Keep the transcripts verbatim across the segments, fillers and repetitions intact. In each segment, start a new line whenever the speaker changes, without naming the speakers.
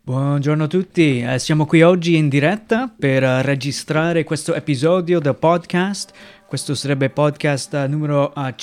Buongiorno a tutti, eh, siamo qui oggi in diretta per uh, registrare questo episodio del podcast. Questo sarebbe podcast uh, numero uh,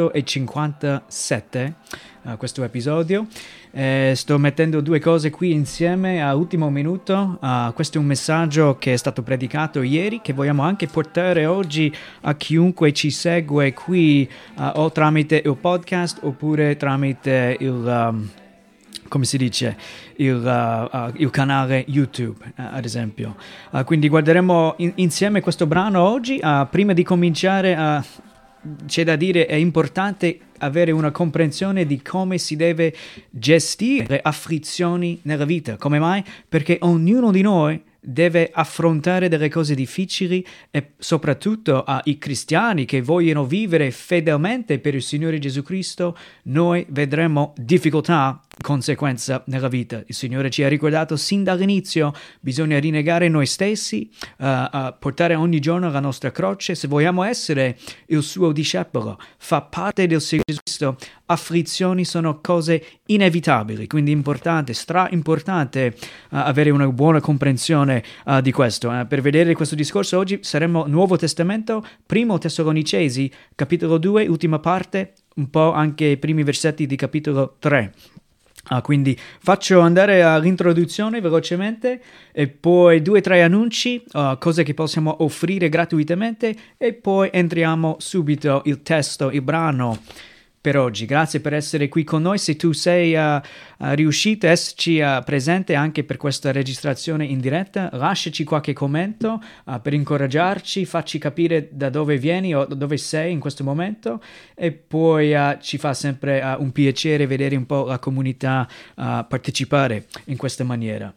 centocinquantasette, uh, questo episodio. Eh, sto mettendo due cose qui insieme a ultimo minuto. Uh, questo è un messaggio che è stato predicato ieri, che vogliamo anche portare oggi a chiunque ci segue qui uh, o tramite il podcast oppure tramite il... Um, come si dice, il, uh, uh, il canale YouTube, uh, ad esempio. Uh, quindi guarderemo in- insieme questo brano oggi. Uh, prima di cominciare, uh, c'è da dire, è importante avere una comprensione di come si deve gestire le afflizioni nella vita. Come mai? Perché ognuno di noi deve affrontare delle cose difficili e soprattutto ai cristiani che vogliono vivere fedelmente per il Signore Gesù Cristo, noi vedremo difficoltà, conseguenza nella vita. Il Signore ci ha ricordato sin dall'inizio, bisogna rinnegare noi stessi, uh, uh, portare ogni giorno la nostra croce. Se vogliamo essere il suo discepolo, fa parte del Signore Gesù Cristo, afflizioni sono cose inevitabili, quindi è importante, stra importante uh, avere una buona comprensione uh, di questo. Uh, per vedere questo discorso oggi saremo Nuovo Testamento, Primo Tessalonicesi, capitolo due, ultima parte, un po' anche i primi versetti di capitolo tre. Uh, quindi faccio andare all'introduzione velocemente e poi due o tre annunci, uh, cose che possiamo offrire gratuitamente e poi entriamo subito il testo, il brano per oggi. Grazie per essere qui con noi. Se tu sei uh, uh, riuscito a esserci uh, presente anche per questa registrazione in diretta, lasciaci qualche commento uh, per incoraggiarci, facci capire da dove vieni o da dove sei in questo momento e poi uh, ci fa sempre uh, un piacere vedere un po' la comunità uh, partecipare in questa maniera.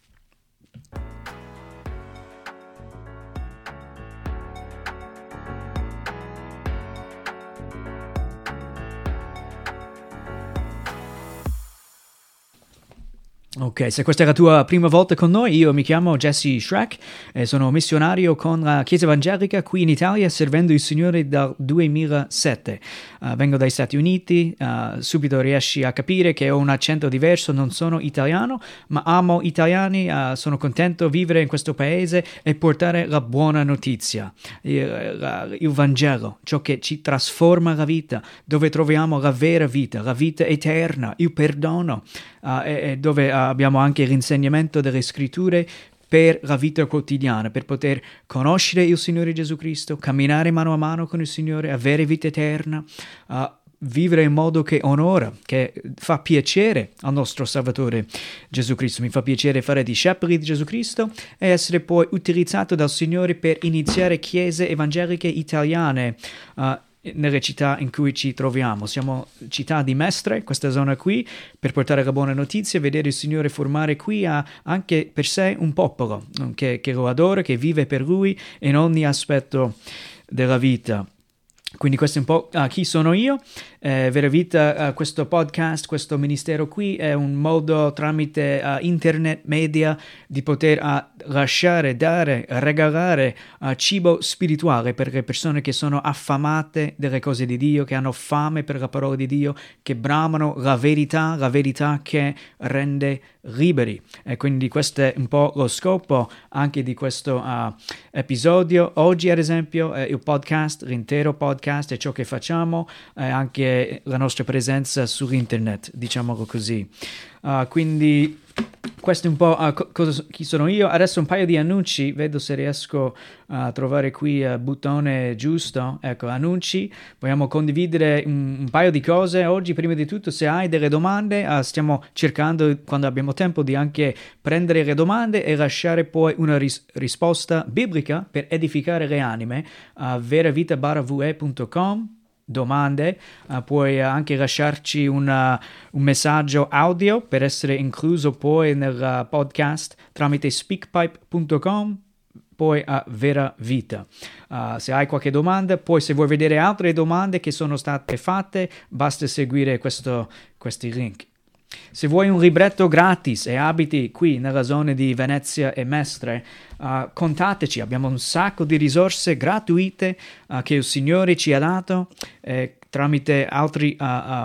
Ok, se questa è la tua prima volta con noi, io mi chiamo Jesse Shrek e sono missionario con la Chiesa Evangelica qui in Italia, servendo il Signore dal duemilasette. Uh, vengo dai Stati Uniti, uh, subito riesci a capire che ho un accento diverso, non sono italiano, ma amo italiani, uh, sono contento di vivere in questo paese e portare la buona notizia, il, la, il Vangelo, ciò che ci trasforma la vita, dove troviamo la vera vita, la vita eterna, il perdono, uh, e, e dove uh, abbiamo anche l'insegnamento delle scritture per la vita quotidiana, per poter conoscere il Signore Gesù Cristo, camminare mano a mano con il Signore, avere vita eterna, uh, vivere in modo che onora, che fa piacere al nostro Salvatore Gesù Cristo. Mi fa piacere fare discepoli di Gesù Cristo e essere poi utilizzato dal Signore per iniziare chiese evangeliche italiane uh, nelle città in cui ci troviamo. Siamo città di Mestre, questa zona qui, per portare la buona notizia, vedere il Signore formare qui a, anche per sé un popolo che, che lo adora, che vive per Lui in ogni aspetto della vita. Quindi questo è un po' uh, chi sono io. Eh, Vera Vita, uh, questo podcast, questo ministero qui è un modo tramite uh, internet, media, di poter uh, lasciare, dare, regalare uh, cibo spirituale per le persone che sono affamate delle cose di Dio, che hanno fame per la parola di Dio, che bramano la verità, la verità che rende liberi. E quindi questo è un po' lo scopo anche di questo uh, episodio. Oggi, ad esempio, eh, il podcast, l'intero podcast è ciò che facciamo, eh, anche la nostra presenza su internet, diciamolo così. Uh, quindi questo è un po' uh, co- cosa, chi sono io. Adesso un paio di annunci, vedo se riesco a trovare qui il uh, bottone giusto. Ecco, annunci. Vogliamo condividere un, un paio di cose oggi. Prima di tutto, se hai delle domande, uh, stiamo cercando, quando abbiamo tempo, di anche prendere le domande e lasciare poi una ris- risposta biblica per edificare le anime a veravita barra v e punto com. Domande, uh, puoi anche lasciarci una, un messaggio audio per essere incluso poi nel uh, podcast tramite speakpipe punto com, poi a Vera Vita. Uh, se hai qualche domanda, poi se vuoi vedere altre domande che sono state fatte, basta seguire questo, questi link. Se vuoi un libretto gratis e abiti qui nella zona di Venezia e Mestre, uh, contateci, abbiamo un sacco di risorse gratuite uh, che il Signore ci ha dato eh, tramite altri uh, uh,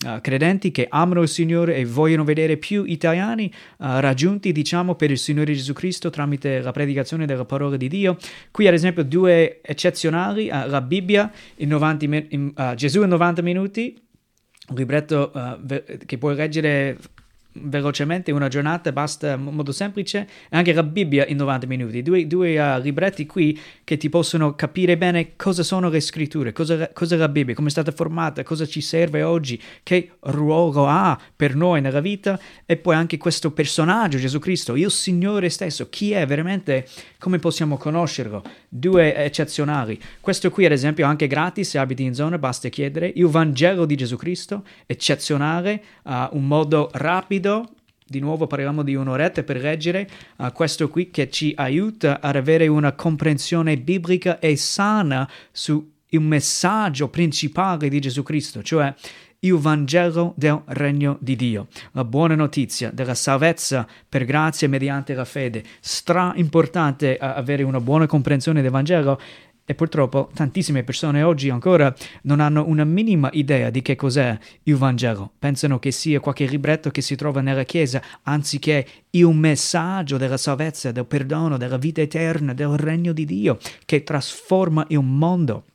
uh, credenti che amano il Signore e vogliono vedere più italiani uh, raggiunti, diciamo, per il Signore Gesù Cristo tramite la predicazione della parola di Dio. Qui ad esempio due eccezionali, uh, la Bibbia in novanta, in, uh, Gesù in novanta minuti, un libretto uh, ve- che puoi leggere velocemente in una giornata, basta in modo semplice, e anche la Bibbia in novanta minuti, due, due uh, libretti qui che ti possono capire bene cosa sono le scritture, cosa, cosa è la Bibbia, come è stata formata, cosa ci serve oggi, che ruolo ha per noi nella vita, e poi anche questo personaggio, Gesù Cristo, il Signore stesso, chi è veramente, come possiamo conoscerlo, due eccezionali. Questo qui ad esempio anche gratis, se abiti in zona basta chiedere, il Vangelo di Gesù Cristo, eccezionale, uh, un modo rapido. Di nuovo parliamo di un'oretta per leggere uh, questo qui che ci aiuta ad avere una comprensione biblica e sana sul messaggio principale di Gesù Cristo, cioè il Vangelo del Regno di Dio, la buona notizia della salvezza per grazia mediante la fede. Stra importante uh, avere una buona comprensione del Vangelo. E purtroppo tantissime persone oggi ancora non hanno una minima idea di che cos'è il Vangelo. Pensano che sia qualche libretto che si trova nella Chiesa, anziché il messaggio della salvezza, del perdono, della vita eterna, del regno di Dio, che trasforma il mondo.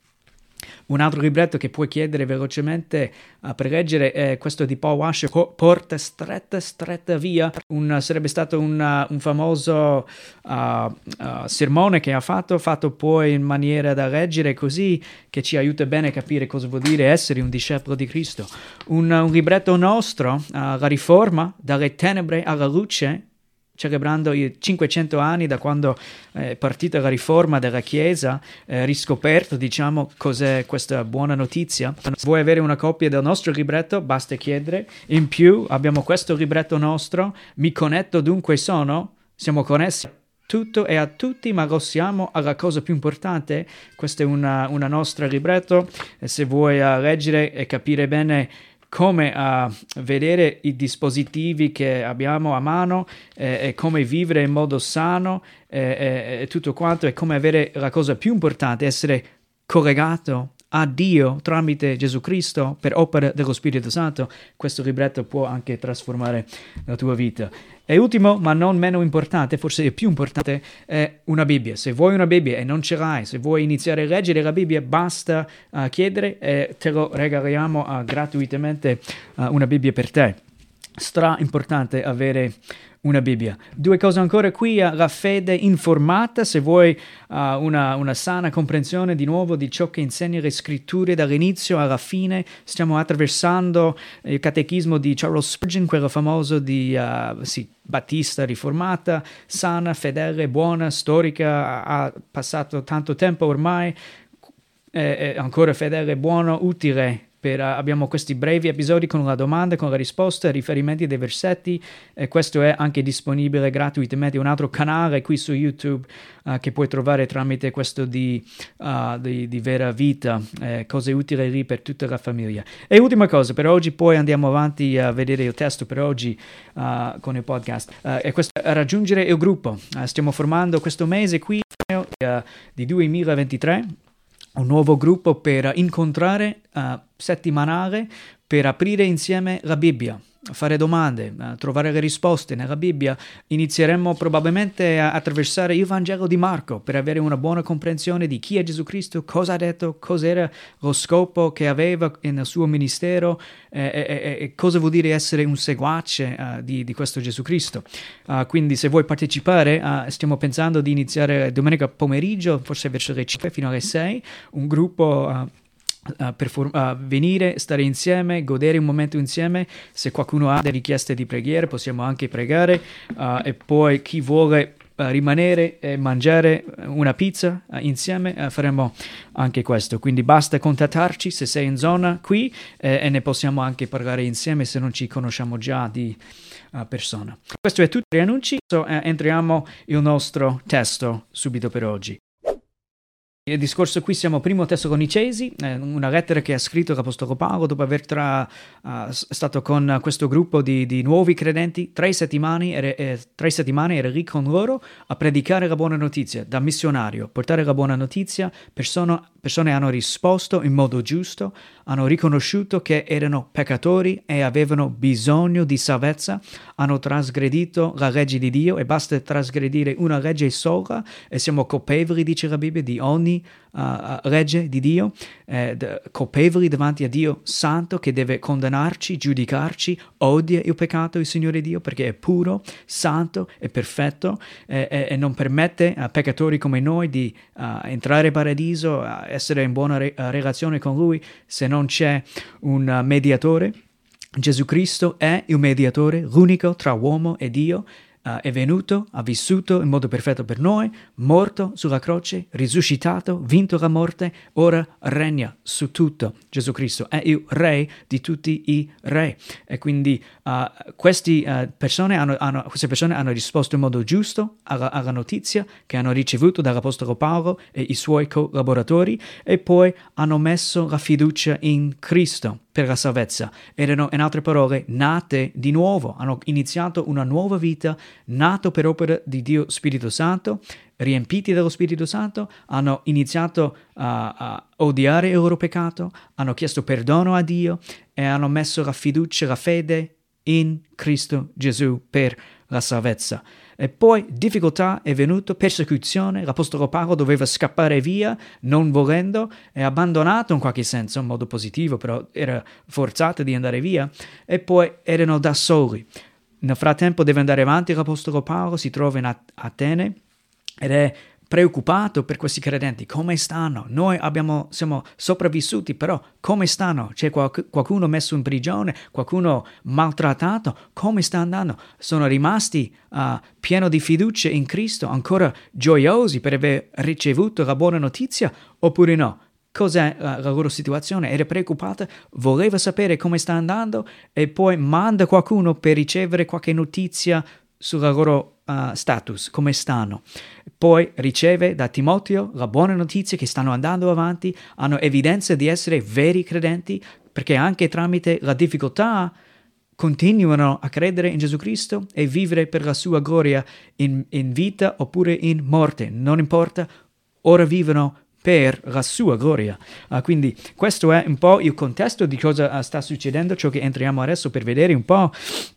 Un altro libretto che puoi chiedere velocemente uh, per leggere è questo di Paul Washer, Porta stretta, stretta via. Un, sarebbe stato un, uh, un famoso uh, uh, sermone che ha fatto, fatto poi in maniera da leggere così, che ci aiuta bene a capire cosa vuol dire essere un discepolo di Cristo. Un, un libretto nostro, uh, La Riforma, dalle tenebre alla luce, celebrando i cinquecento anni da quando è partita la riforma della Chiesa, eh, riscoperto, diciamo, cos'è questa buona notizia. Se vuoi avere una copia del nostro libretto, basta chiedere. In più abbiamo questo libretto nostro, Mi connetto dunque sono, siamo connessi a tutto e a tutti, ma lo siamo alla cosa più importante. Questo è una, una nostra libretto, e se vuoi uh, leggere e capire bene come uh, vedere i dispositivi che abbiamo a mano eh, e come vivere in modo sano e, e, e tutto quanto, e come avere la cosa più importante, essere collegato a Dio tramite Gesù Cristo per opera dello Spirito Santo. Questo libretto può anche trasformare la tua vita. E ultimo, ma non meno importante, forse il più importante, è una Bibbia. Se vuoi una Bibbia e non ce l'hai, se vuoi iniziare a leggere la Bibbia, basta uh, chiedere e te lo regaliamo uh, gratuitamente uh, una Bibbia per te. Stra importante avere una Bibbia. Due cose ancora qui, uh, la fede informata, se vuoi uh, una, una sana comprensione di nuovo di ciò che insegna le scritture dall'inizio alla fine. Stiamo attraversando il catechismo di Charles Spurgeon, quello famoso di uh, sì, Battista riformata, sana, fedele, buona, storica, ha passato tanto tempo ormai, è, è ancora fedele, buono, utile. Per, uh, abbiamo questi brevi episodi con la domanda, con la risposta, riferimenti dei versetti, e questo è anche disponibile gratuitamente. Un altro canale qui su YouTube uh, che puoi trovare tramite questo di, uh, di, di Vera Vita, eh, cose utili lì per tutta la famiglia. E ultima cosa per oggi, poi andiamo avanti a vedere il testo per oggi uh, con il podcast, uh, è questo, raggiungere il gruppo. Uh, stiamo formando questo mese qui uh, di duemilaventitré un nuovo gruppo per incontrare uh, settimanale, per aprire insieme la Bibbia, fare domande, uh, trovare le risposte nella Bibbia. Inizieremo probabilmente a attraversare il Vangelo di Marco per avere una buona comprensione di chi è Gesù Cristo, cosa ha detto, cos'era lo scopo che aveva nel suo ministero e eh, eh, eh, cosa vuol dire essere un seguace uh, di, di questo Gesù Cristo. Uh, quindi se vuoi partecipare, uh, stiamo pensando di iniziare domenica pomeriggio, forse verso le cinque fino alle sei, un gruppo uh, Uh, per for- uh, venire, stare insieme, godere un momento insieme. Se qualcuno ha delle richieste di preghiera possiamo anche pregare, uh, e poi chi vuole uh, rimanere e mangiare una pizza uh, insieme, uh, faremo anche questo. Quindi basta contattarci se sei in zona qui eh, e ne possiamo anche parlare insieme se non ci conosciamo già di uh, persona. Questo è tutto gli annunci, so, uh, entriamo il nostro testo subito per oggi. Il discorso qui siamo primo Tessalonicesi, eh, una lettera che ha scritto l'Apostolo Paolo dopo aver tra, uh, stato con questo gruppo di, di nuovi credenti, tre settimane, era, eh, tre settimane era lì con loro a predicare la buona notizia, da missionario, portare la buona notizia, persone, persone hanno risposto in modo giusto, hanno riconosciuto che erano peccatori e avevano bisogno di salvezza, hanno trasgredito la legge di Dio e basta trasgredire una legge sola e siamo colpevoli, dice la Bibbia, di ogni Uh, legge di Dio, eh, d- colpevoli davanti a Dio santo che deve condannarci, giudicarci, odia il peccato, il Signore Dio, perché è puro, santo e perfetto eh, eh, e non permette a peccatori come noi di uh, entrare in paradiso, uh, essere in buona re- uh, relazione con Lui se non c'è un uh, mediatore. Gesù Cristo è il mediatore, l'unico tra uomo e Dio. Uh, è venuto, ha vissuto in modo perfetto per noi, morto sulla croce, risuscitato, vinto la morte, ora regna su tutto. Gesù Cristo è il re di tutti i re. E quindi uh, questi, uh, persone hanno, hanno, queste persone hanno risposto in modo giusto alla, alla notizia che hanno ricevuto dall'Apostolo Paolo e i suoi collaboratori e poi hanno messo la fiducia in Cristo per la salvezza. Erano, in altre parole, nate di nuovo, hanno iniziato una nuova vita, nato per opera di Dio Spirito Santo, riempiti dello Spirito Santo, hanno iniziato a, a odiare il loro peccato, hanno chiesto perdono a Dio e hanno messo la fiducia, la fede in Cristo Gesù per la salvezza. E poi difficoltà è venuto, persecuzione, l'Apostolo Paolo doveva scappare via, non volendo, è abbandonato in qualche senso, in modo positivo, però era forzato di andare via, e poi erano da soli. Nel frattempo deve andare avanti l'Apostolo Paolo, si trova in At- Atene ed è preoccupato per questi credenti, come stanno? Noi abbiamo, siamo sopravvissuti, però come stanno? C'è qualc- qualcuno messo in prigione, qualcuno maltrattato? Come sta andando? Sono rimasti uh, pieni di fiducia in Cristo, ancora gioiosi per aver ricevuto la buona notizia, oppure no? Cos'è la, la loro situazione? Era preoccupata, voleva sapere come sta andando e poi manda qualcuno per ricevere qualche notizia sulla loro uh, status, come stanno. Poi riceve da Timoteo la buona notizia che stanno andando avanti, hanno evidenza di essere veri credenti, perché anche tramite la difficoltà continuano a credere in Gesù Cristo e vivere per la sua gloria in, in vita oppure in morte, non importa, ora vivono per la sua gloria. Uh, quindi questo è un po' il contesto di cosa uh, sta succedendo, ciò che entriamo adesso per vedere un po'.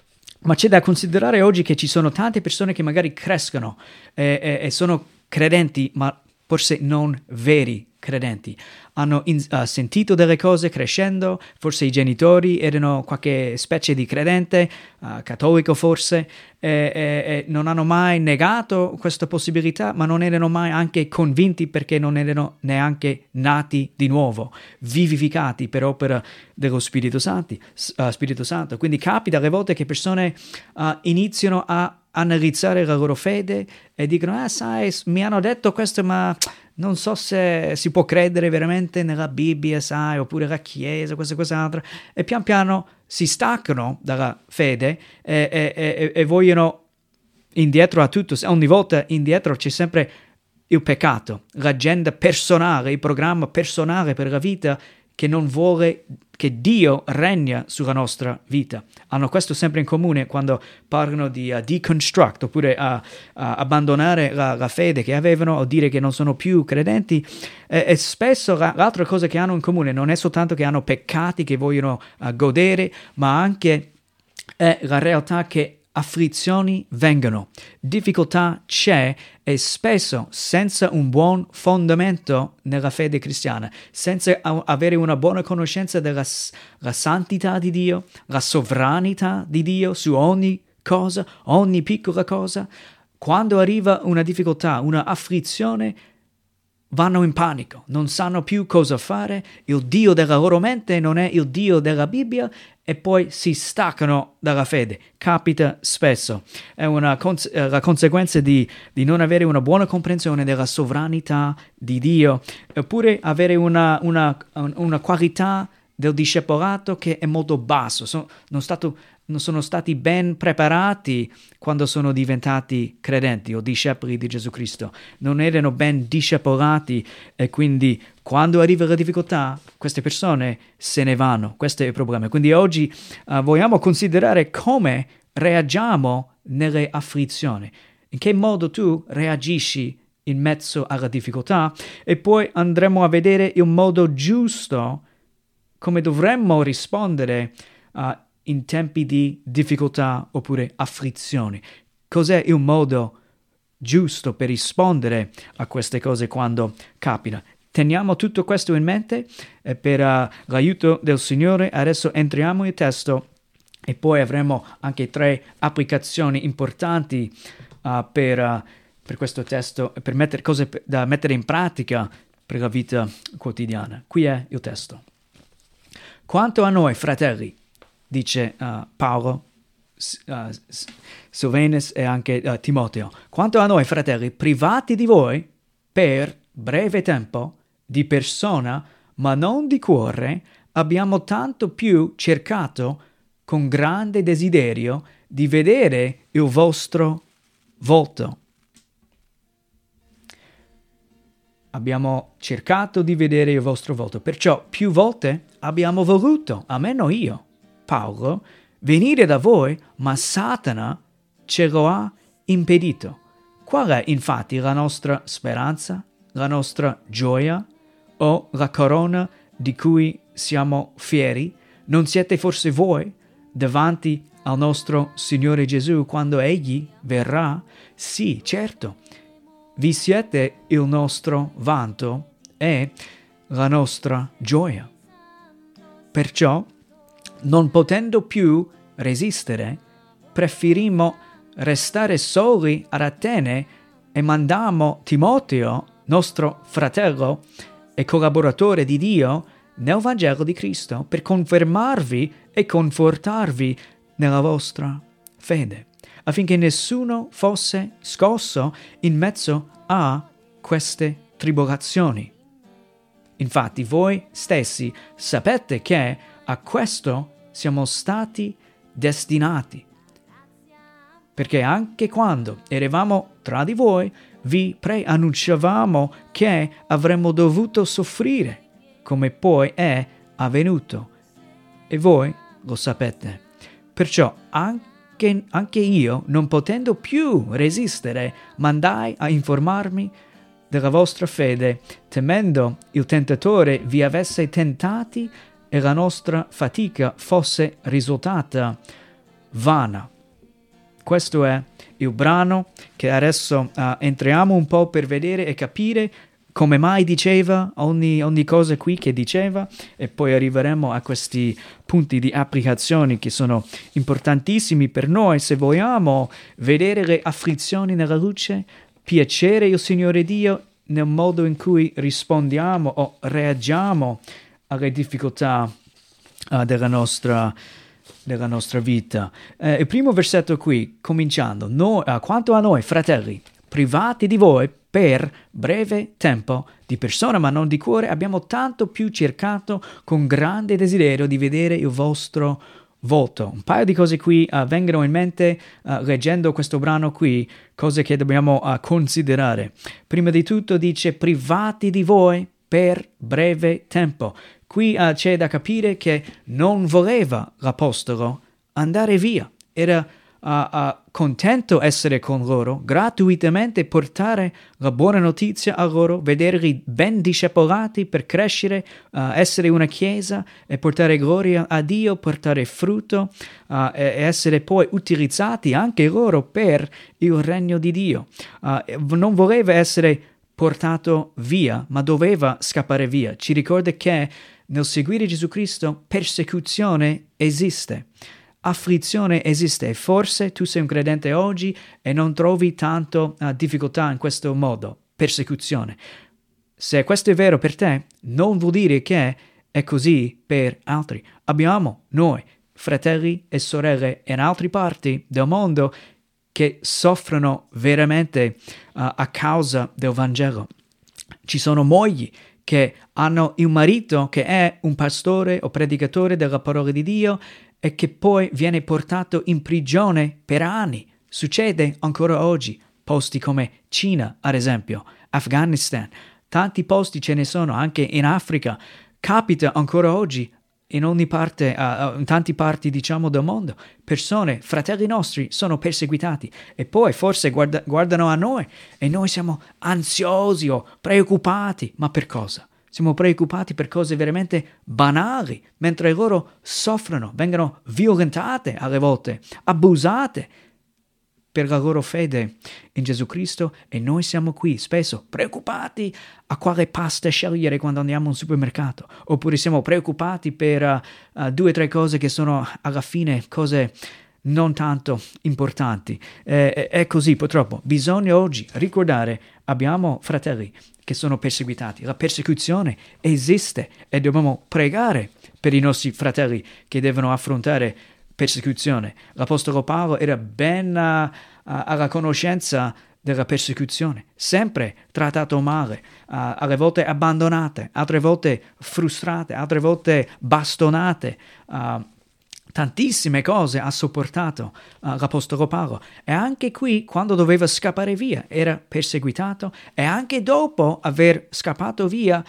Ma c'è da considerare oggi che ci sono tante persone che magari crescono e, e, e sono credenti, ma forse non veri credenti. Hanno in, uh, sentito delle cose crescendo, forse i genitori erano qualche specie di credente, uh, cattolico forse, e, e, e non hanno mai negato questa possibilità, ma non erano mai anche convinti perché non erano neanche nati di nuovo, vivificati per opera dello Spirito Santo. Uh, Spirito Santo. Quindi capita alle volte che persone uh, iniziano a analizzare la loro fede e dicono, ah sai, mi hanno detto questo, ma non so se si può credere veramente nella Bibbia, sai, oppure la Chiesa, questo e quest'altro, e pian piano si staccano dalla fede e, e, e, e vogliono indietro a tutto. Ogni volta indietro c'è sempre il peccato, l'agenda personale, il programma personale per la vita che non vuole che Dio regna sulla nostra vita. Hanno questo sempre in comune quando parlano di uh, deconstruct, oppure uh, uh, abbandonare la, la fede che avevano o dire che non sono più credenti. E, e spesso la, l'altra cosa che hanno in comune non è soltanto che hanno peccati che vogliono uh, godere, ma anche è la realtà che afflizioni vengono, difficoltà c'è e spesso senza un buon fondamento nella fede cristiana, senza avere una buona conoscenza della la santità di Dio, la sovranità di Dio su ogni cosa, ogni piccola cosa, quando arriva una difficoltà, una afflizione, vanno in panico, non sanno più cosa fare, il Dio della loro mente non è il Dio della Bibbia e poi si staccano dalla fede. Capita spesso. È una cons- la conseguenza di, di non avere una buona comprensione della sovranità di Dio, oppure avere una, una, una qualità del discepolato che è molto basso. So, non, stato, non sono stati ben preparati quando sono diventati credenti o discepoli di Gesù Cristo, non erano ben discepolati e quindi quando arriva la difficoltà queste persone se ne vanno. Questo è il problema. Quindi oggi uh, vogliamo considerare come reagiamo nelle afflizioni, in che modo tu reagisci in mezzo alla difficoltà, e poi andremo a vedere il modo giusto come dovremmo rispondere uh, in tempi di difficoltà oppure afflizioni. Cos'è il modo giusto per rispondere a queste cose quando capita? Teniamo tutto questo in mente e per uh, l'aiuto del Signore adesso entriamo nel testo e poi avremo anche tre applicazioni importanti uh, per, uh, per questo testo, per mettere cose da mettere in pratica per la vita quotidiana. Qui è il testo. Quanto a noi, fratelli, dice uh, Paolo, uh, Silvanus e anche uh, Timoteo, quanto a noi, fratelli, privati di voi per breve tempo, di persona, ma non di cuore, abbiamo tanto più cercato con grande desiderio di vedere il vostro volto. Abbiamo cercato di vedere il vostro volto, perciò più volte abbiamo voluto, almeno io, Paolo, venire da voi, ma Satana ce lo ha impedito. Qual è infatti la nostra speranza, la nostra gioia o la corona di cui siamo fieri? Non siete forse voi davanti al nostro Signore Gesù quando Egli verrà? Sì, certo. Vi siete il nostro vanto e la nostra gioia. Perciò, non potendo più resistere, preferimmo restare soli ad Atene e mandammo Timoteo, nostro fratello e collaboratore di Dio, nel Vangelo di Cristo, per confermarvi e confortarvi nella vostra fede, affinché nessuno fosse scosso in mezzo a queste tribolazioni. Infatti voi stessi sapete che a questo siamo stati destinati, perché anche quando eravamo tra di voi vi preannunciavamo che avremmo dovuto soffrire, come poi è avvenuto, e voi lo sapete. Perciò anche, anche io, non potendo più resistere, mandai a informarmi della vostra fede, temendo il tentatore vi avesse tentati e la nostra fatica fosse risultata vana. Questo è il brano che adesso uh, entriamo un po' per vedere e capire come mai diceva ogni, ogni cosa qui che diceva, e poi arriveremo a questi punti di applicazione che sono importantissimi per noi se vogliamo vedere le afflizioni nella luce, piacere il Signore Dio nel modo in cui rispondiamo o reagiamo alle difficoltà uh, della nostra della nostra vita. Eh, il primo versetto qui, cominciando, noi, uh, quanto a noi, fratelli, privati di voi per breve tempo, di persona ma non di cuore, abbiamo tanto più cercato con grande desiderio di vedere il vostro volto. Un paio di cose qui uh, vengono in mente uh, leggendo questo brano qui, cose che dobbiamo uh, considerare. Prima di tutto dice privati di voi per breve tempo. Qui uh, c'è da capire che non voleva l'apostolo andare via, era uh, uh, contento essere con loro, gratuitamente portare la buona notizia a loro, vederli ben discepolati per crescere, uh, essere una chiesa e portare gloria a Dio, portare frutto uh, e essere poi utilizzati anche loro per il regno di Dio. Uh, non voleva essere portato via, ma doveva scappare via. Ci ricorda che nel seguire Gesù Cristo persecuzione esiste, afflizione esiste. Forse tu sei un credente oggi e non trovi tanto uh, difficoltà in questo modo, persecuzione. Se questo è vero per te, non vuol dire che è così per altri. Abbiamo noi, fratelli e sorelle in altre parti del mondo che soffrono veramente uh, a causa del Vangelo. Ci sono mogli che hanno il marito che è un pastore o predicatore della parola di Dio e che poi viene portato in prigione per anni. Succede ancora oggi. Posti come Cina, ad esempio, Afghanistan, tanti posti ce ne sono anche in Africa. Capita ancora oggi in ogni parte, uh, in tante parti, diciamo, del mondo. Persone, fratelli nostri, sono perseguitati e poi forse guarda, guardano a noi e noi siamo ansiosi o preoccupati. Ma per cosa? Siamo preoccupati per cose veramente banali, mentre loro soffrono, vengono violentate alle volte, abusate per la loro fede in Gesù Cristo, e noi siamo qui spesso preoccupati a quale pasta scegliere quando andiamo al supermercato, oppure siamo preoccupati per uh, uh, due o tre cose che sono alla fine cose non tanto importanti. Eh, è così purtroppo. Bisogna oggi ricordare, abbiamo fratelli che sono perseguitati, la persecuzione esiste e dobbiamo pregare per i nostri fratelli che devono affrontare persecuzione. L'Apostolo Paolo era ben uh, uh, alla conoscenza della persecuzione, sempre trattato male, uh, alle volte abbandonate, altre volte frustrate, altre volte bastonate. Uh, tantissime cose ha sopportato uh, l'Apostolo Paolo, e anche qui, quando doveva scappare via, era perseguitato, e anche dopo aver scappato via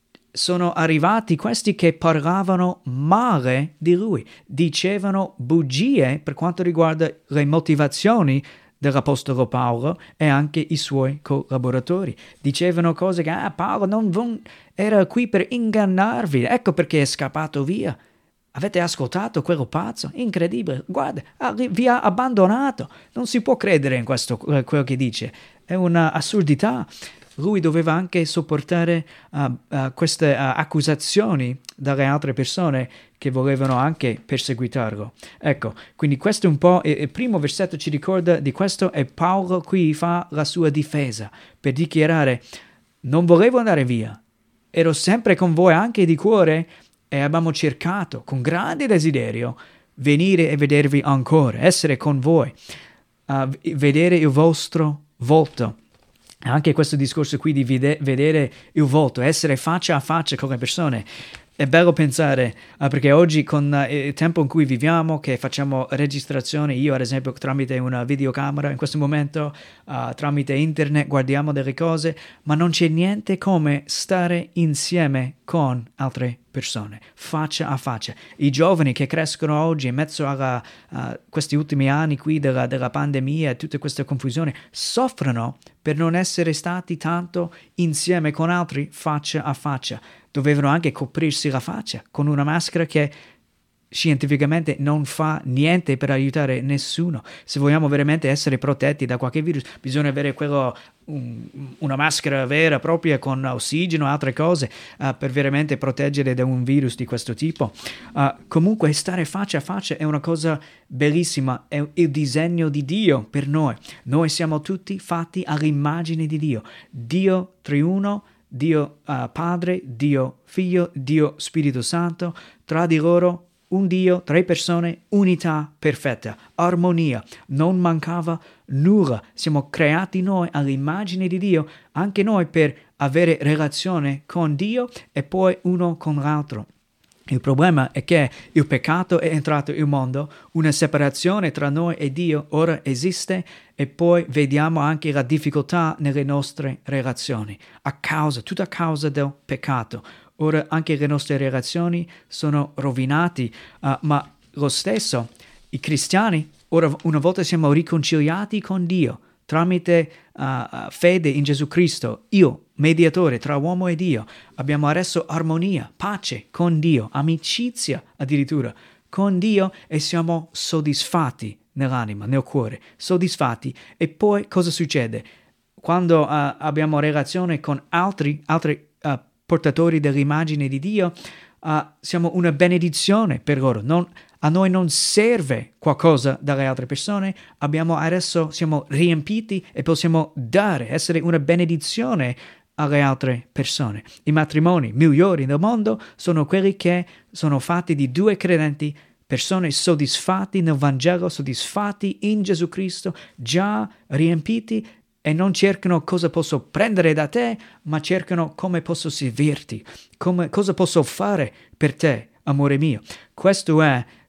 sono arrivati questi che parlavano male di lui, dicevano bugie per quanto riguarda le motivazioni dell'Apostolo Paolo e anche i suoi collaboratori. Dicevano cose che ah, Paolo non, non era qui per ingannarvi, ecco perché è scappato via. Avete ascoltato quello pazzo? Incredibile, guarda, vi ha abbandonato. Non si può credere in questo, quello che dice, è un'assurdità. Lui doveva anche sopportare uh, uh, queste uh, accusazioni dalle altre persone che volevano anche perseguitarlo. Ecco, quindi questo è un po', il primo versetto ci ricorda di questo, e Paolo qui fa la sua difesa per dichiarare: non volevo andare via, ero sempre con voi anche di cuore, e abbiamo cercato con grande desiderio venire e vedervi ancora, essere con voi, uh, vedere il vostro volto. Anche questo discorso qui di vide- vedere il volto, essere faccia a faccia con le persone. È bello pensare, uh, perché oggi con uh, il tempo in cui viviamo, che facciamo registrazioni, io ad esempio tramite una videocamera, in questo momento uh, tramite internet guardiamo delle cose, ma non c'è niente come stare insieme con altre persone, faccia a faccia. I giovani che crescono oggi in mezzo a uh, questi ultimi anni qui della, della pandemia e tutta questa confusione, soffrono per non essere stati tanto insieme con altri faccia a faccia. Dovevano anche coprirsi la faccia con una maschera che scientificamente non fa niente per aiutare nessuno. Se vogliamo veramente essere protetti da qualche virus, bisogna avere quello, un, una maschera vera propria con ossigeno e altre cose uh, per veramente proteggere da un virus di questo tipo. Uh, comunque stare faccia a faccia è una cosa bellissima, è il disegno di Dio per noi. Noi siamo tutti fatti all'immagine di Dio. Dio triuno, Dio uh, Padre, Dio Figlio, Dio Spirito Santo, tra di loro un Dio, tre persone, unità perfetta, armonia, non mancava nulla. Siamo creati noi all'immagine di Dio, anche noi per avere relazione con Dio e poi uno con l'altro. Il problema è che il peccato è entrato nel mondo, una separazione tra noi e Dio ora esiste, e poi vediamo anche la difficoltà nelle nostre relazioni, a causa, tutto a causa del peccato. Ora anche le nostre relazioni sono rovinate, uh, ma lo stesso, i cristiani, ora una volta siamo riconciliati con Dio tramite uh, fede in Gesù Cristo, io, mediatore tra uomo e Dio, abbiamo adesso armonia, pace con Dio, amicizia addirittura con Dio, e siamo soddisfatti nell'anima, nel cuore, soddisfatti. E poi cosa succede? Quando uh, abbiamo relazione con altri, altri uh, portatori dell'immagine di Dio, uh, siamo una benedizione per loro. Non, a noi non serve qualcosa dalle altre persone, abbiamo adesso siamo riempiti e possiamo dare, essere una benedizione alle altre persone. I matrimoni migliori del mondo sono quelli che sono fatti di due credenti, persone soddisfatti nel Vangelo, soddisfatti in Gesù Cristo, già riempiti, e non cercano cosa posso prendere da te, ma cercano come posso servirti, come, cosa posso fare per te, amore mio. Questo è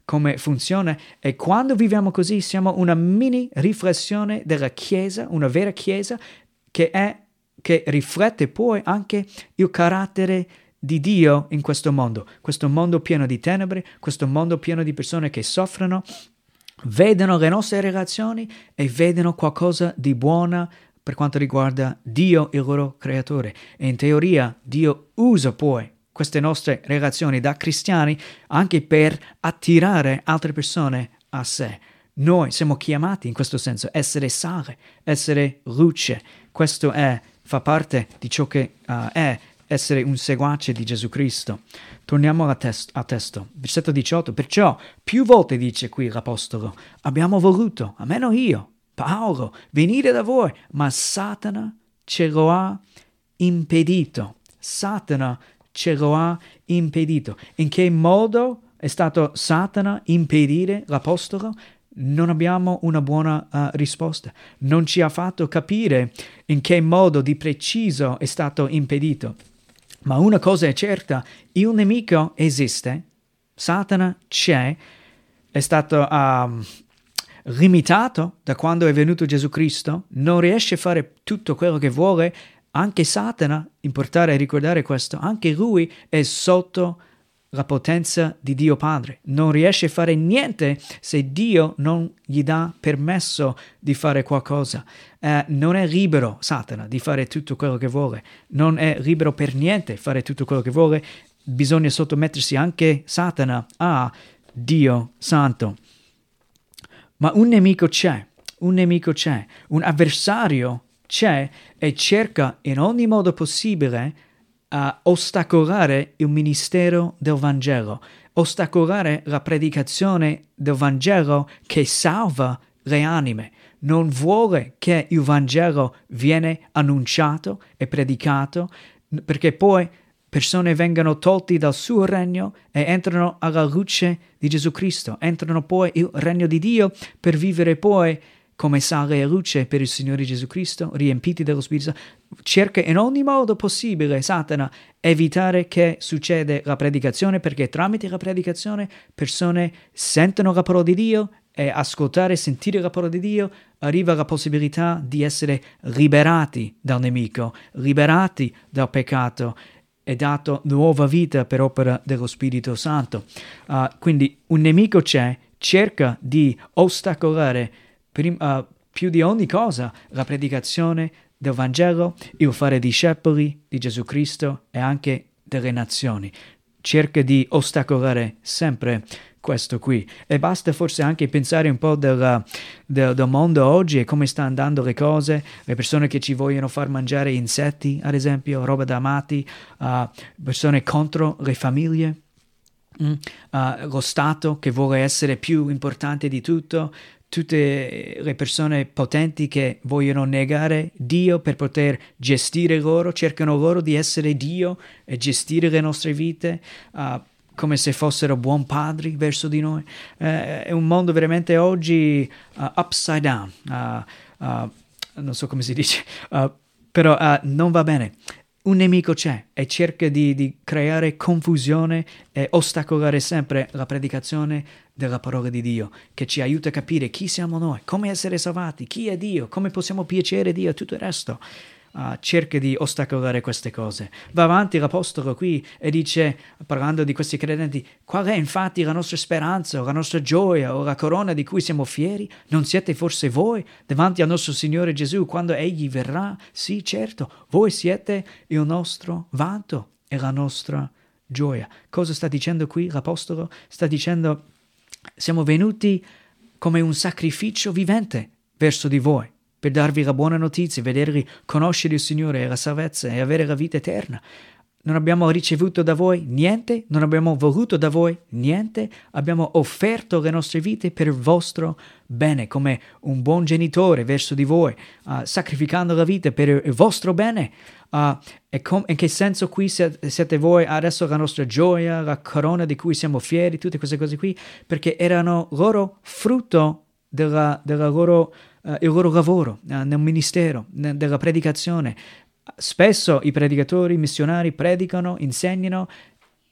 come funziona, e quando viviamo così siamo una mini riflessione della Chiesa, una vera Chiesa che è che riflette poi anche il carattere di Dio in questo mondo, questo mondo pieno di tenebre, questo mondo pieno di persone che soffrono, vedono le nostre relazioni e vedono qualcosa di buono per quanto riguarda Dio, il loro creatore. E in teoria Dio usa poi queste nostre relazioni da cristiani anche per attirare altre persone a sé. Noi siamo chiamati in questo senso, essere sale, essere luce. Questo è, fa parte di ciò che uh, è essere un seguace di Gesù Cristo. Torniamo a, test- a testo, versetto diciotto. Perciò più volte dice qui l'Apostolo: abbiamo voluto, almeno io, Paolo, venire da voi, ma Satana ce lo ha impedito. Satana ce lo ha impedito. In che modo è stato Satana impedire l'Apostolo? Non abbiamo una buona uh, risposta. Non ci ha fatto capire in che modo di preciso è stato impedito. Ma una cosa è certa: il nemico esiste, Satana c'è, è stato uh, limitato da quando è venuto Gesù Cristo, non riesce a fare tutto quello che vuole. Anche Satana, importare a ricordare questo, anche lui è sotto la potenza di Dio Padre. Non riesce a fare niente se Dio non gli dà permesso di fare qualcosa. Eh, non è libero Satana di fare tutto quello che vuole. Non è libero per niente fare tutto quello che vuole. Bisogna sottomettersi anche Satana a Dio Santo. Ma un nemico c'è, un nemico c'è, un avversario c'è e cerca in ogni modo possibile a ostacolare il ministero del Vangelo, ostacolare la predicazione del Vangelo che salva le anime. Non vuole che il Vangelo viene annunciato e predicato, perché poi persone vengano tolti dal suo regno e entrano alla luce di Gesù Cristo, entrano poi il regno di Dio per vivere poi come sale e luce per il Signore Gesù Cristo, riempiti dello Spirito Santo. Cerca in ogni modo possibile, Satana, evitare che succeda la predicazione, perché tramite la predicazione persone sentono la parola di Dio, e ascoltare e sentire la parola di Dio arriva la possibilità di essere liberati dal nemico, liberati dal peccato e dato nuova vita per opera dello Spirito Santo. Uh, quindi un nemico c'è, cerca di ostacolare Prim, uh, più di ogni cosa la predicazione del Vangelo, il fare discepoli di Gesù Cristo e anche delle nazioni. Cerca di ostacolare sempre questo qui. E basta forse anche pensare un po' del, del, del mondo oggi e come sta andando le cose, le persone che ci vogliono far mangiare insetti, ad esempio, roba da matti, uh, persone contro le famiglie. Mm, uh, lo Stato che vuole essere più importante di tutto, tutte le persone potenti che vogliono negare Dio per poter gestire loro, cercano loro di essere Dio e gestire le nostre vite uh, come se fossero buon padri verso di noi. Uh, è un mondo veramente oggi uh, upside down, uh, uh, non so come si dice, uh, però uh, non va bene. Un nemico c'è e cerca di, di creare confusione e ostacolare sempre la predicazione della parola di Dio, che ci aiuta a capire chi siamo noi, come essere salvati, chi è Dio, come possiamo piacere Dio e tutto il resto. Uh, cerca di ostacolare queste cose. Va avanti l'Apostolo qui e dice, parlando di questi credenti: qual è infatti la nostra speranza o la nostra gioia o la corona di cui siamo fieri? Non siete forse voi davanti al nostro Signore Gesù quando Egli verrà? Sì, certo, voi siete il nostro vanto e la nostra gioia. Cosa sta dicendo qui l'Apostolo? Sta dicendo: siamo venuti come un sacrificio vivente verso di voi, per darvi la buona notizia, vedervi conoscere il Signore e la salvezza e avere la vita eterna. Non abbiamo ricevuto da voi niente, non abbiamo voluto da voi niente, abbiamo offerto le nostre vite per il vostro bene, come un buon genitore verso di voi, uh, sacrificando la vita per il vostro bene. Uh, e com- in che senso qui siete, siete voi adesso la nostra gioia, la corona di cui siamo fieri, tutte queste cose qui? Perché erano loro frutto della, della loro... Uh, il loro lavoro uh, nel ministero, ne, della predicazione. Spesso i predicatori, i missionari predicano, insegnano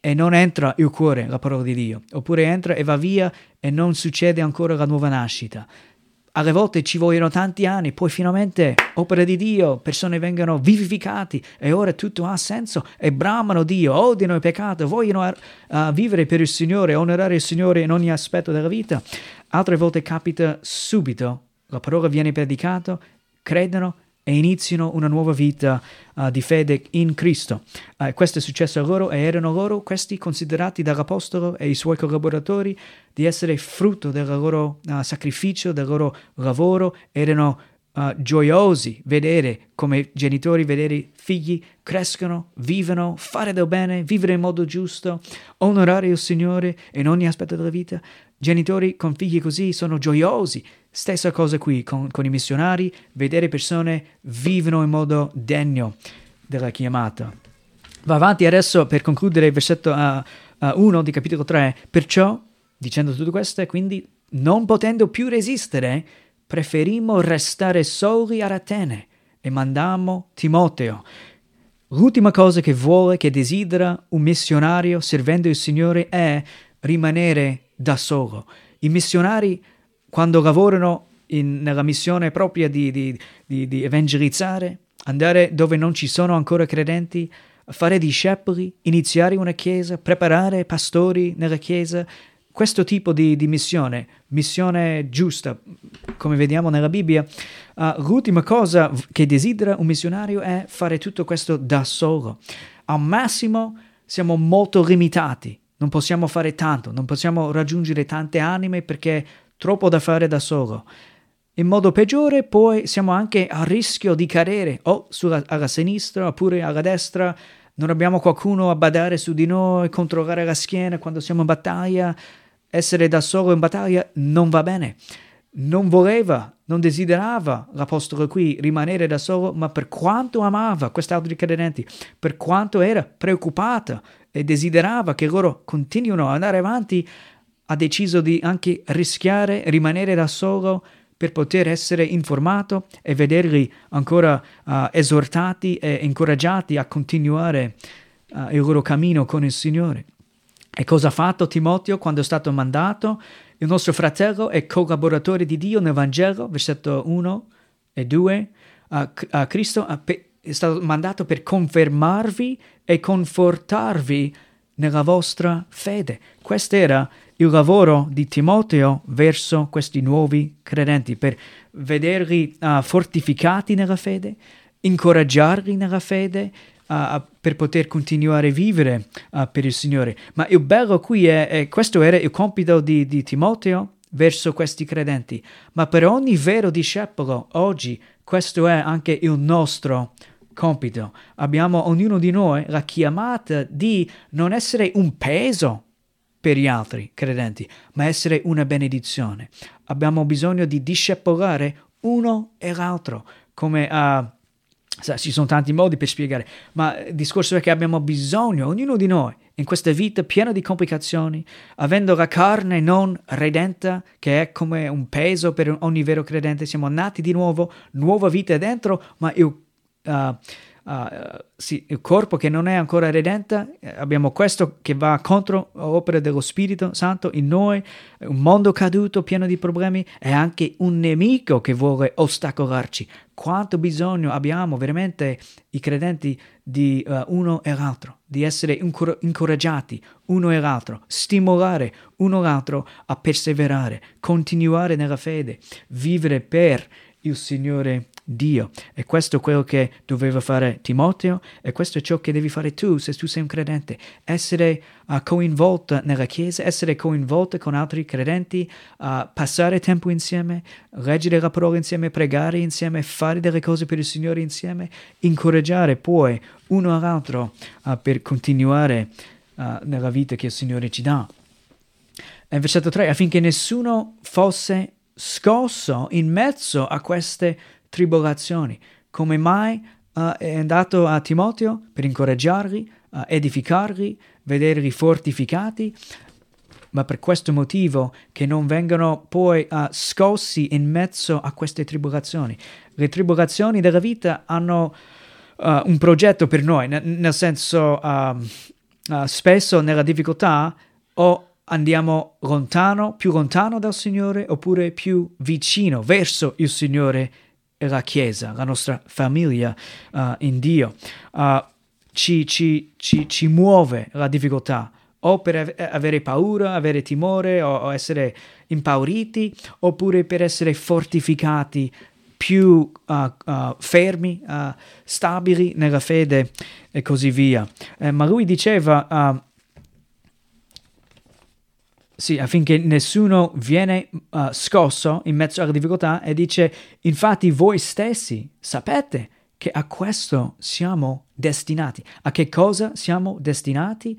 e non entra il cuore la parola di Dio, oppure entra e va via e non succede ancora la nuova nascita. Alle volte ci vogliono tanti anni, poi finalmente, opera di Dio, persone vengono vivificati e ora tutto ha senso e bramano Dio, odiano il peccato, vogliono uh, vivere per il Signore, onorare il Signore in ogni aspetto della vita. Altre volte capita subito, la parola viene predicata, credono e iniziano una nuova vita uh, di fede in Cristo. Uh, questo è successo a loro e erano loro, questi considerati dall'Apostolo e i suoi collaboratori, di essere frutto del loro uh, sacrificio, del loro lavoro, erano uh, gioiosi vedere come genitori, vedere figli crescono, vivono, fare del bene, vivere in modo giusto, onorare il Signore in ogni aspetto della vita. Genitori con figli così sono gioiosi. Stessa cosa qui con, con i missionari, vedere persone vivono in modo degno della chiamata. Va avanti adesso per concludere il versetto uno di capitolo tre. Perciò, dicendo tutto questo, quindi non potendo più resistere, preferimmo restare soli ad Atene e mandammo Timoteo. L'ultima cosa che vuole, che desidera un missionario servendo il Signore è rimanere da solo. I missionari, quando lavorano in, nella missione propria di, di, di, di evangelizzare, andare dove non ci sono ancora credenti, fare discepoli, iniziare una chiesa, preparare pastori nella chiesa, questo tipo di, di missione, missione giusta, come vediamo nella Bibbia, uh, l'ultima cosa che desidera un missionario è fare tutto questo da solo. Al massimo siamo molto limitati. Non possiamo fare tanto, non possiamo raggiungere tante anime perché è troppo da fare da solo. In modo peggiore poi siamo anche a rischio di cadere o sulla, alla sinistra oppure alla destra, non abbiamo qualcuno a badare su di noi, controllare la schiena quando siamo in battaglia, essere da solo in battaglia non va bene. Non voleva, non desiderava l'Apostolo qui rimanere da solo, ma per quanto amava quest'altri credenti, per quanto era preoccupata e desiderava che loro continuino ad andare avanti, ha deciso di anche rischiare, rimanere da solo per poter essere informato e vederli ancora uh, esortati e incoraggiati a continuare uh, il loro cammino con il Signore. E cosa ha fatto Timoteo quando è stato mandato? Il nostro fratello e collaboratore di Dio nel Vangelo, versetto uno e due, uh, uh, Cristo ha pe- è stato mandato per confermarvi e confortarvi nella vostra fede. Questo era il lavoro di Timoteo verso questi nuovi credenti, per vederli uh, fortificati nella fede, incoraggiarli nella fede, uh, per poter continuare a vivere uh, per il Signore. Ma il bello qui è, è questo era il compito di, di Timoteo verso questi credenti, ma per ogni vero discepolo oggi questo è anche il nostro compito. Abbiamo ognuno di noi la chiamata di non essere un peso per gli altri credenti, ma essere una benedizione. Abbiamo bisogno di discepolare uno e l'altro, come uh, ci sono tanti modi per spiegare, ma il discorso è che abbiamo bisogno, ognuno di noi, in questa vita piena di complicazioni, avendo la carne non redenta, che è come un peso per ogni vero credente, siamo nati di nuovo, nuova vita dentro, ma il Uh, uh, sì, il corpo che non è ancora redenta, abbiamo questo che va contro l'opera dello Spirito Santo in noi, un mondo caduto pieno di problemi e anche un nemico che vuole ostacolarci. Quanto bisogno abbiamo veramente i credenti di uh, uno e l'altro, di essere incor- incoraggiati uno e l'altro, stimolare uno e l'altro a perseverare, continuare nella fede, vivere per il Signore Dio. E questo è quello che doveva fare Timoteo e questo è ciò che devi fare tu se tu sei un credente, essere uh, coinvolta nella Chiesa, essere coinvolta con altri credenti, uh, passare tempo insieme, leggere la parola insieme, pregare insieme, fare delle cose per il Signore insieme, incoraggiare poi uno all'altro uh, per continuare uh, nella vita che il Signore ci dà. E versetto tre, affinché nessuno fosse scosso in mezzo a queste tribolazioni. Come mai uh, è andato a Timoteo? Per incoraggiarli, uh, edificarli, vederli fortificati, ma per questo motivo che non vengano poi uh, scossi in mezzo a queste tribolazioni. Le tribolazioni della vita hanno uh, un progetto per noi, n- nel senso uh, uh, spesso nella difficoltà o andiamo lontano, più lontano dal Signore, oppure più vicino verso il Signore e la Chiesa, la nostra famiglia uh, in Dio. Uh, ci, ci, ci, ci muove la difficoltà, o per av- avere paura, avere timore, o, o essere impauriti, oppure per essere fortificati, più uh, uh, fermi, uh, stabili nella fede e così via. Eh, ma lui diceva, uh, sì, affinché nessuno viene uh, scosso in mezzo alla difficoltà, e dice, infatti voi stessi sapete che a questo siamo destinati. A che cosa siamo destinati?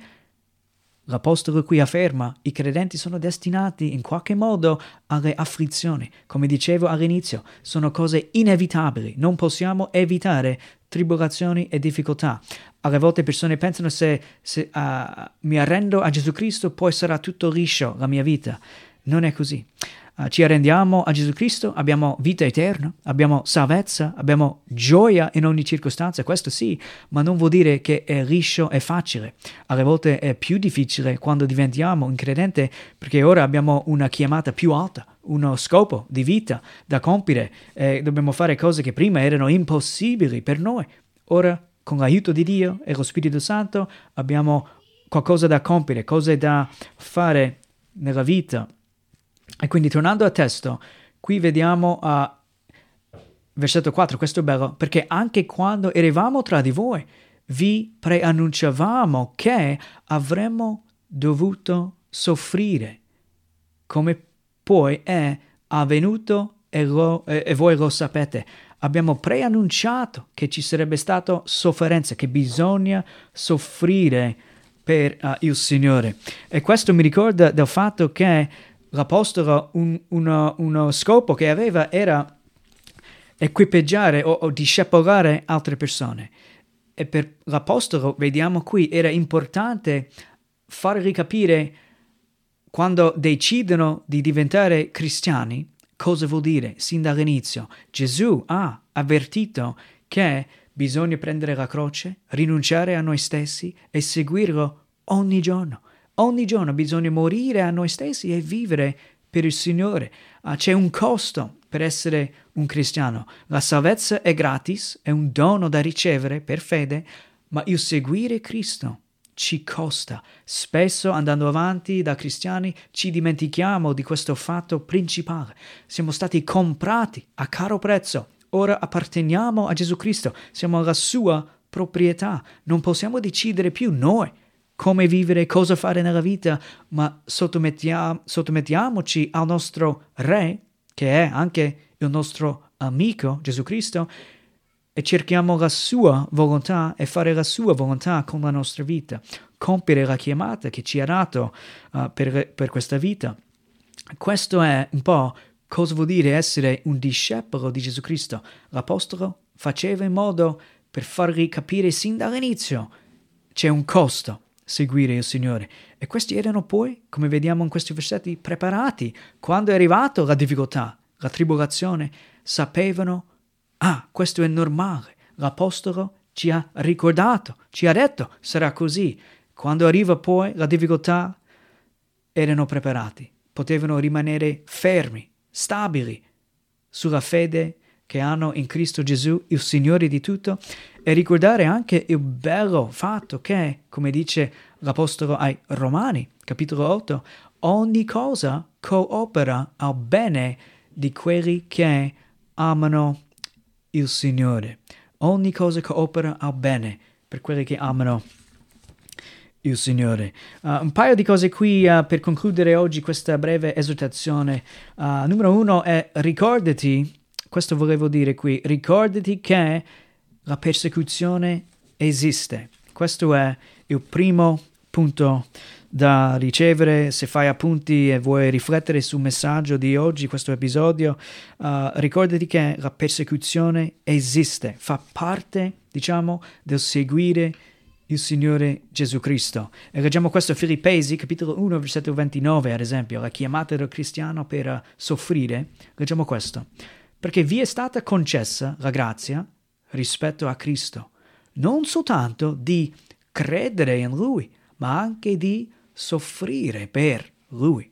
L'Apostolo qui afferma, i credenti sono destinati in qualche modo alle afflizioni. Come dicevo all'inizio, sono cose inevitabili, non possiamo evitare tribolazioni e difficoltà. Alle volte persone pensano se, se uh, mi arrendo a Gesù Cristo poi sarà tutto liscio la mia vita. Non è così. Uh, ci arrendiamo a Gesù Cristo, abbiamo vita eterna, abbiamo salvezza, abbiamo gioia in ogni circostanza, questo sì, ma non vuol dire che è liscio e facile. Alle volte è più difficile quando diventiamo un credente, perché ora abbiamo una chiamata più alta, uno scopo di vita da compiere, e dobbiamo fare cose che prima erano impossibili per noi. Ora, con l'aiuto di Dio e lo Spirito Santo, abbiamo qualcosa da compiere, cose da fare nella vita. E quindi, tornando al testo, qui vediamo a uh, versetto quattro, questo è bello, perché anche quando eravamo tra di voi vi preannunciavamo che avremmo dovuto soffrire, come poi è avvenuto e, lo, e, e voi lo sapete. Abbiamo preannunciato che ci sarebbe stato sofferenza, che bisogna soffrire per uh, il Signore. E questo mi ricorda del fatto che l'Apostolo, un, uno, uno scopo che aveva era equipaggiare o, o discepolare altre persone. E per l'Apostolo, vediamo qui, era importante fargli capire, quando decidono di diventare cristiani, cosa vuol dire sin dall'inizio. Gesù ha avvertito che bisogna prendere la croce, rinunciare a noi stessi e seguirlo ogni giorno. Ogni giorno bisogna morire a noi stessi e vivere per il Signore. Uh, c'è un costo per essere un cristiano. La salvezza è gratis, è un dono da ricevere per fede, ma il seguire Cristo ci costa. Spesso, andando avanti da cristiani, ci dimentichiamo di questo fatto principale. Siamo stati comprati a caro prezzo. Ora apparteniamo a Gesù Cristo. Siamo la sua proprietà. Non possiamo decidere più noi come vivere, cosa fare nella vita, ma sottomettiam- sottomettiamoci al nostro Re, che è anche il nostro amico, Gesù Cristo, e cerchiamo la sua volontà e fare la sua volontà con la nostra vita, compiere la chiamata che ci ha dato uh, per, per questa vita. Questo è un po' cosa vuol dire essere un discepolo di Gesù Cristo. L'Apostolo faceva in modo per fargli capire sin dall'inizio c'è un costo seguire il Signore. E questi erano poi, come vediamo in questi versetti, preparati. Quando è arrivato la difficoltà, la tribolazione, sapevano, ah, questo è normale. L'Apostolo ci ha ricordato, ci ha detto, sarà così. Quando arriva poi la difficoltà, erano preparati. Potevano rimanere fermi, stabili, sulla fede che hanno in Cristo Gesù, il Signore di tutto, e ricordare anche il bello fatto che, come dice l'Apostolo ai Romani, capitolo otto, ogni cosa coopera al bene di quelli che amano il Signore. Ogni cosa coopera al bene per quelli che amano il Signore. Uh, un paio di cose qui uh, per concludere oggi questa breve esortazione. Uh, numero uno è ricordati, questo volevo dire qui, ricordati che la persecuzione esiste. Questo è il primo punto da ricevere. Se fai appunti e vuoi riflettere sul messaggio di oggi, questo episodio, uh, ricordati che la persecuzione esiste, fa parte, diciamo, del seguire il Signore Gesù Cristo. E leggiamo questo a Filippesi, capitolo uno, versetto ventinove, ad esempio, la chiamata del cristiano per uh, soffrire. Leggiamo questo. Perché vi è stata concessa la grazia rispetto a Cristo, non soltanto di credere in Lui, ma anche di soffrire per Lui.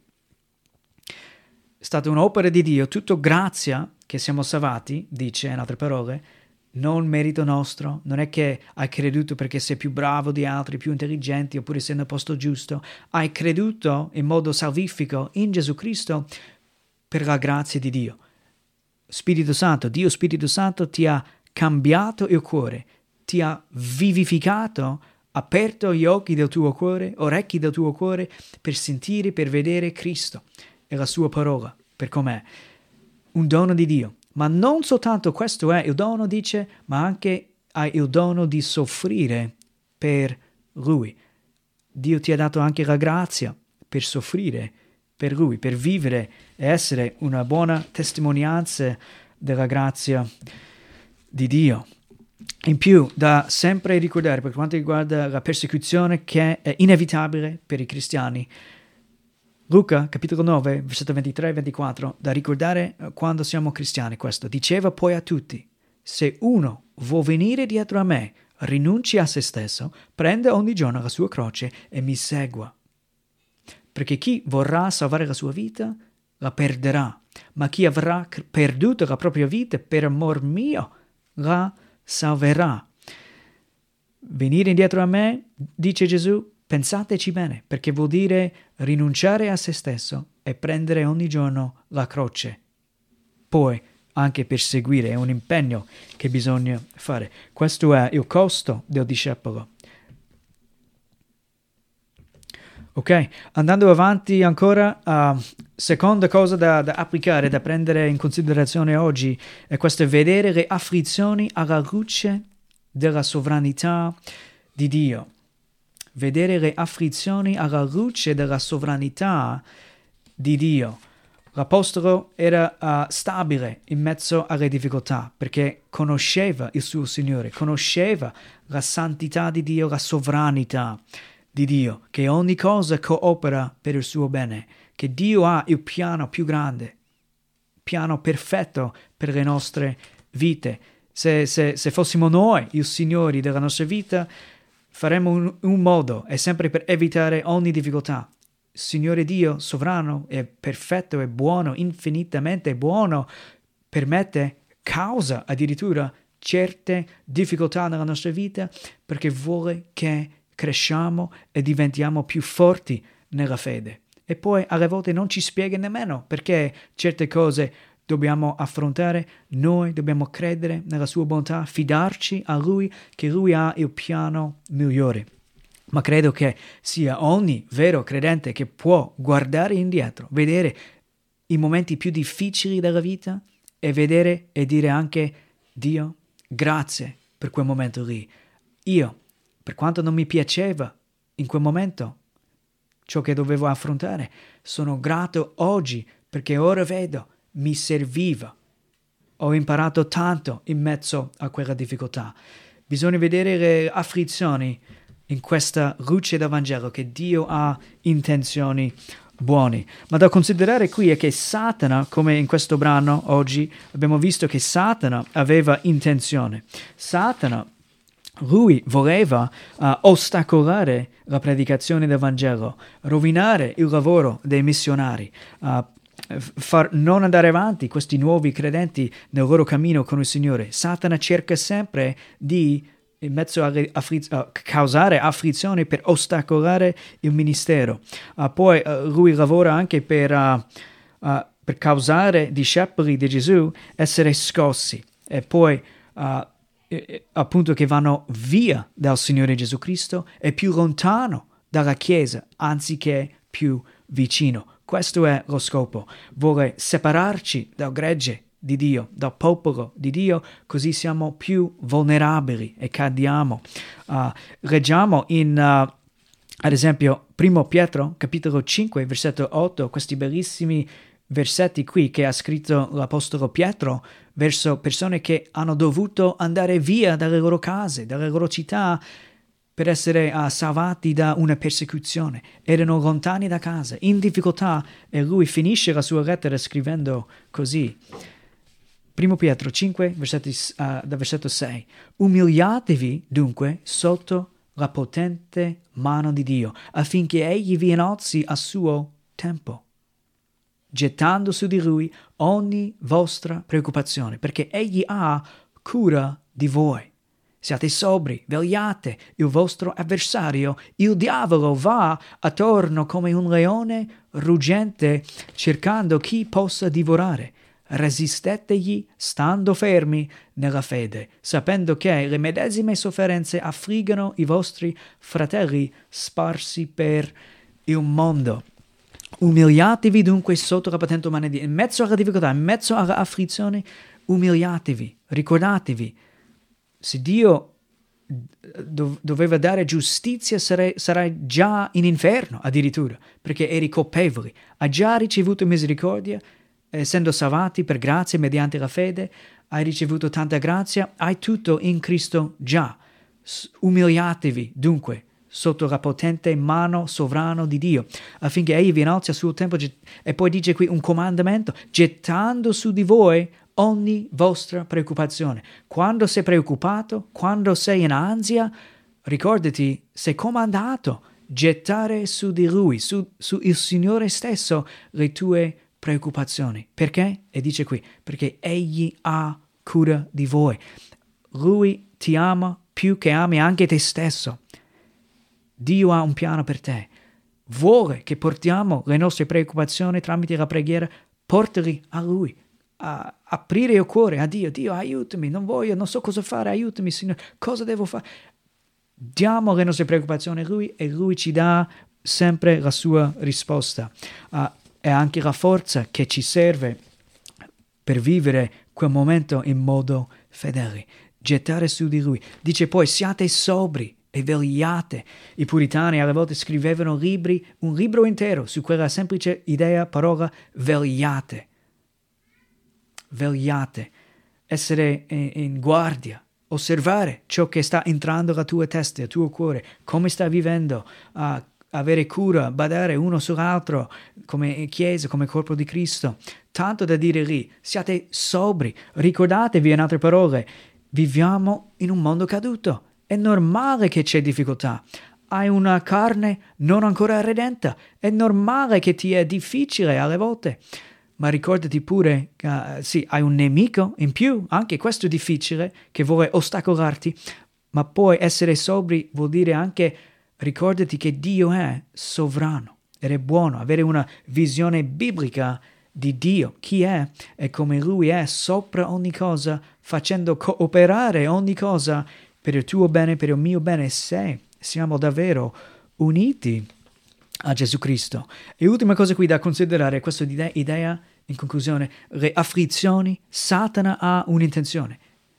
È stata un'opera di Dio, tutto grazia che siamo salvati, dice in altre parole, non merito nostro, non è che hai creduto perché sei più bravo di altri, più intelligenti, oppure sei nel posto giusto, hai creduto in modo salvifico in Gesù Cristo per la grazia di Dio. Spirito Santo, Dio Spirito Santo ti ha cambiato il cuore, ti ha vivificato, aperto gli occhi del tuo cuore, orecchi del tuo cuore, per sentire, per vedere Cristo e la sua parola, per com'è. Un dono di Dio. Ma non soltanto questo è il dono, dice, ma anche hai il dono di soffrire per Lui. Dio ti ha dato anche la grazia per soffrire per Lui, per vivere e essere una buona testimonianza della grazia di Dio. In più, da sempre ricordare, per quanto riguarda la persecuzione che è inevitabile per i cristiani, Luca, capitolo nove, versetto ventitré e ventiquattro, da ricordare quando siamo cristiani questo. Diceva poi a tutti, se uno vuol venire dietro a me, rinunci a se stesso, prenda ogni giorno la sua croce e mi segua. Perché chi vorrà salvare la sua vita, la perderà. Ma chi avrà perduto la propria vita per amor mio, la salverà. Venire dietro a me, dice Gesù, pensateci bene, perché vuol dire rinunciare a se stesso e prendere ogni giorno la croce. Poi, anche per seguire, è un impegno che bisogna fare. Questo è il costo del discepolo. Ok, andando avanti ancora, uh, seconda cosa da, da applicare, da prendere in considerazione oggi, è questo: vedere le afflizioni alla luce della sovranità di Dio. Vedere le afflizioni alla luce della sovranità di Dio. L'Apostolo era uh, stabile in mezzo alle difficoltà perché conosceva il suo Signore, conosceva la santità di Dio, la sovranità di Dio, che ogni cosa coopera per il suo bene, che Dio ha il piano più grande, piano perfetto per le nostre vite. Se, se, se fossimo noi i signori della nostra vita, faremo un, un modo, è sempre per evitare ogni difficoltà. Il Signore Dio, sovrano, è perfetto, è buono, infinitamente buono, permette, causa addirittura certe difficoltà nella nostra vita perché vuole che cresciamo e diventiamo più forti nella fede. E poi alle volte non ci spiega nemmeno perché certe cose dobbiamo affrontare. Noi dobbiamo credere nella sua bontà, fidarci a Lui, che Lui ha il piano migliore. Ma credo che sia ogni vero credente che può guardare indietro, vedere i momenti più difficili della vita e vedere e dire anche: Dio, grazie per quel momento lì. Io, per quanto non mi piaceva in quel momento ciò che dovevo affrontare, sono grato oggi perché ora vedo, mi serviva. Ho imparato tanto in mezzo a quella difficoltà. Bisogna vedere le afflizioni in questa luce del Vangelo, che Dio ha intenzioni buone. Ma da considerare qui è che Satana, come in questo brano oggi abbiamo visto che Satana aveva intenzione. Satana, lui voleva uh, ostacolare la predicazione del Vangelo, rovinare il lavoro dei missionari, uh, far non andare avanti questi nuovi credenti nel loro cammino con il Signore. Satana cerca sempre di, in mezzo alle affliz- uh, causare afflizioni per ostacolare il ministero. Uh, poi uh, lui lavora anche per, uh, uh, per causare discepoli di Gesù essere scossi e poi uh, appunto che vanno via dal Signore Gesù Cristo e più lontano dalla Chiesa anziché più vicino. Questo è lo scopo. Vuole separarci dal gregge di Dio, dal popolo di Dio, così siamo più vulnerabili e cadiamo. Uh, leggiamo in, uh, ad esempio, primo Pietro, capitolo cinque, versetto otto, questi bellissimi versetti qui che ha scritto l'Apostolo Pietro verso persone che hanno dovuto andare via dalle loro case, dalle loro città, per essere uh, salvati da una persecuzione. Erano lontani da casa, in difficoltà, e lui finisce la sua lettera scrivendo così. Primo Pietro cinque, versetti, uh, da versetto sei. Umiliatevi dunque sotto la potente mano di Dio, affinché egli vi innalzi a suo tempo, gettando su di lui ogni vostra preoccupazione, perché egli ha cura di voi. Siate sobri, vegliate, il vostro avversario, il diavolo, va attorno come un leone ruggente, cercando chi possa divorare. Resistetegli stando fermi nella fede, sapendo che le medesime sofferenze affliggono i vostri fratelli sparsi per il mondo. Umiliatevi dunque sotto la potente mano di Dio. In mezzo alla difficoltà, in mezzo alla afflizione, umiliatevi, ricordatevi. Se Dio dov- doveva dare giustizia, sarai, sarai già in inferno addirittura, perché eri colpevoli. Hai già ricevuto misericordia, essendo salvati per grazia mediante la fede, hai ricevuto tanta grazia, hai tutto in Cristo già. Umiliatevi dunque sotto la potente mano sovrano di Dio, affinché egli vi innalzi a suo tempo. E poi dice qui un comandamento, gettando su di voi ogni vostra preoccupazione. Quando sei preoccupato, quando sei in ansia, ricordati, sei comandato gettare su di Lui, su, su il Signore stesso, le tue preoccupazioni. Perché? E dice qui, perché egli ha cura di voi. Lui ti ama più che ami anche te stesso. Dio ha un piano per te. Vuole che portiamo le nostre preoccupazioni tramite la preghiera, portali a Lui. A aprire il cuore a Dio. Dio, aiutami, non voglio, non so cosa fare, aiutami, Signore, cosa devo fare? Diamo le nostre preoccupazioni a Lui e Lui ci dà sempre la sua risposta. Uh, è anche la forza che ci serve per vivere quel momento in modo fedele. Gettare su di Lui. Dice poi, siate sobri e vegliate. I puritani alle volte scrivevano libri, un libro intero su quella semplice idea, parola, vegliate. Vegliate, essere in, in guardia, osservare ciò che sta entrando alla tua testa, al tuo cuore, come stai vivendo, uh, avere cura, badare uno sull'altro come Chiesa, come corpo di Cristo. Tanto da dire lì, siate sobri, ricordatevi, in altre parole, viviamo in un mondo caduto, è normale che c'è difficoltà. Hai una carne non ancora redenta, è normale che ti è difficile alle volte. Ma ricordati pure che uh, sì, hai un nemico in più, anche questo è difficile, che vuole ostacolarti, ma poi essere sobri vuol dire anche ricordati che Dio è sovrano ed è buono, avere una visione biblica di Dio, chi è e come Lui è sopra ogni cosa, facendo cooperare ogni cosa per il tuo bene, per il mio bene, se siamo davvero uniti a Gesù Cristo. E ultima cosa qui da considerare è questa idea, in conclusione, le afflizioni. Satana ha un'intenzione.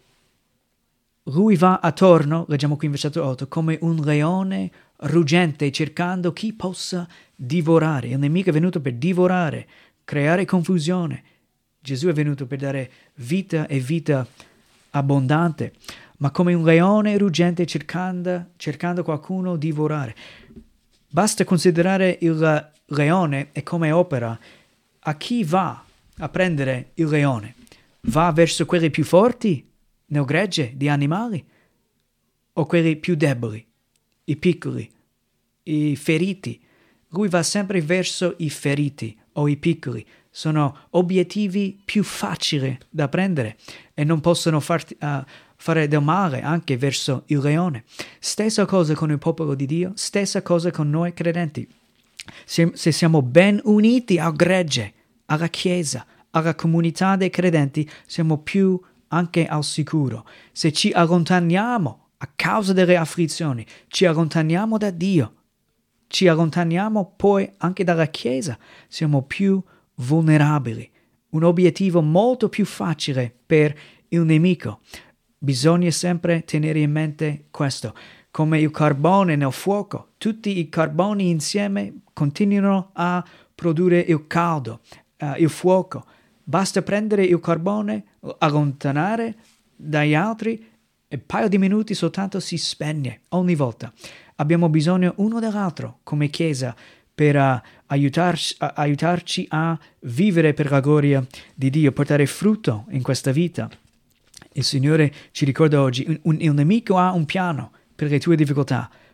Lui va attorno, leggiamo qui in versetto otto, come un leone ruggente cercando chi possa divorare. Il nemico è venuto per divorare, creare confusione. Gesù è venuto per dare vita e vita abbondante, ma come un leone ruggente cercando, cercando qualcuno divorare. Basta considerare il leone e come opera. A chi va a prendere il leone? Va verso quelli più forti nel gregge di animali o quelli più deboli, i piccoli, i feriti? Lui va sempre verso i feriti o i piccoli. Sono obiettivi più facili da prendere e non possono farti, uh, fare del male anche verso il leone. Stessa cosa con il popolo di Dio, stessa cosa con noi credenti. Se, se siamo ben uniti al gregge, alla Chiesa, alla comunità dei credenti, siamo più anche al sicuro. Se ci allontaniamo a causa delle afflizioni, ci allontaniamo da Dio, ci allontaniamo poi anche dalla Chiesa, siamo più vulnerabili. Un obiettivo molto più facile per il nemico. Bisogna sempre tenere in mente questo. Come il carbone nel fuoco, tutti i carboni insieme continuano a produrre il caldo, uh, il fuoco. Basta prendere il carbone, allontanare dagli altri e un paio di minuti soltanto si spegne ogni volta. Abbiamo bisogno uno dell'altro come Chiesa per uh, aiutarci, uh, aiutarci a vivere per la gloria di Dio, portare frutto in questa vita. Il Signore ci ricorda oggi, un, un, il nemico ha un piano per le tue difficoltà,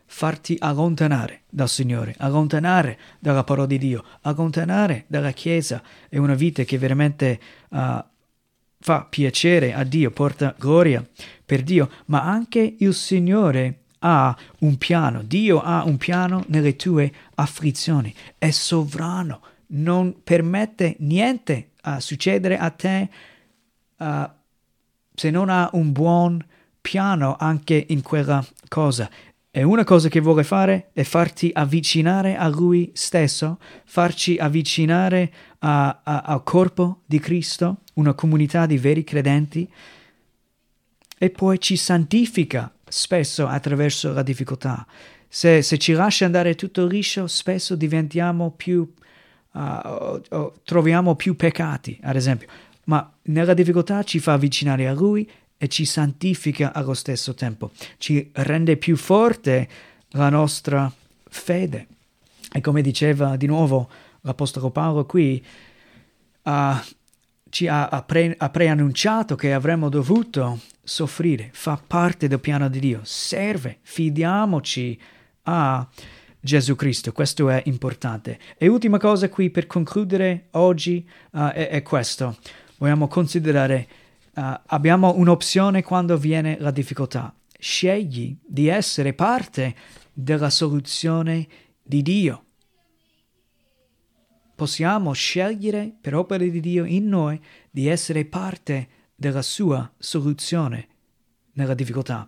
farti allontanare dal Signore, allontanare dalla parola di Dio, allontanare dalla Chiesa. È una vita che veramente uh, fa piacere a Dio, porta gloria per Dio, ma anche il Signore ha un piano. Dio ha un piano nelle tue afflizioni, è sovrano, non permette niente a succedere a te uh, se non ha un buon piano anche in quella cosa. E una cosa che vuole fare è farti avvicinare a Lui stesso, farci avvicinare a, a, al corpo di Cristo, una comunità di veri credenti, e poi ci santifica spesso attraverso la difficoltà. Se, se ci lascia andare tutto liscio, spesso diventiamo più, uh, o, o, troviamo più peccati, ad esempio. Ma nella difficoltà ci fa avvicinare a Lui e ci santifica allo stesso tempo. Ci rende più forte la nostra fede. E come diceva di nuovo l'Apostolo Paolo qui, uh, ci ha, ha, pre, ha preannunciato che avremmo dovuto soffrire. Fa parte del piano di Dio. Serve, fidiamoci a Gesù Cristo. Questo è importante. E ultima cosa qui per concludere oggi uh, è, è questo. Vogliamo considerare, uh, abbiamo un'opzione quando viene la difficoltà. Scegli di essere parte della soluzione di Dio. Possiamo scegliere per opera di Dio in noi di essere parte della sua soluzione nella difficoltà.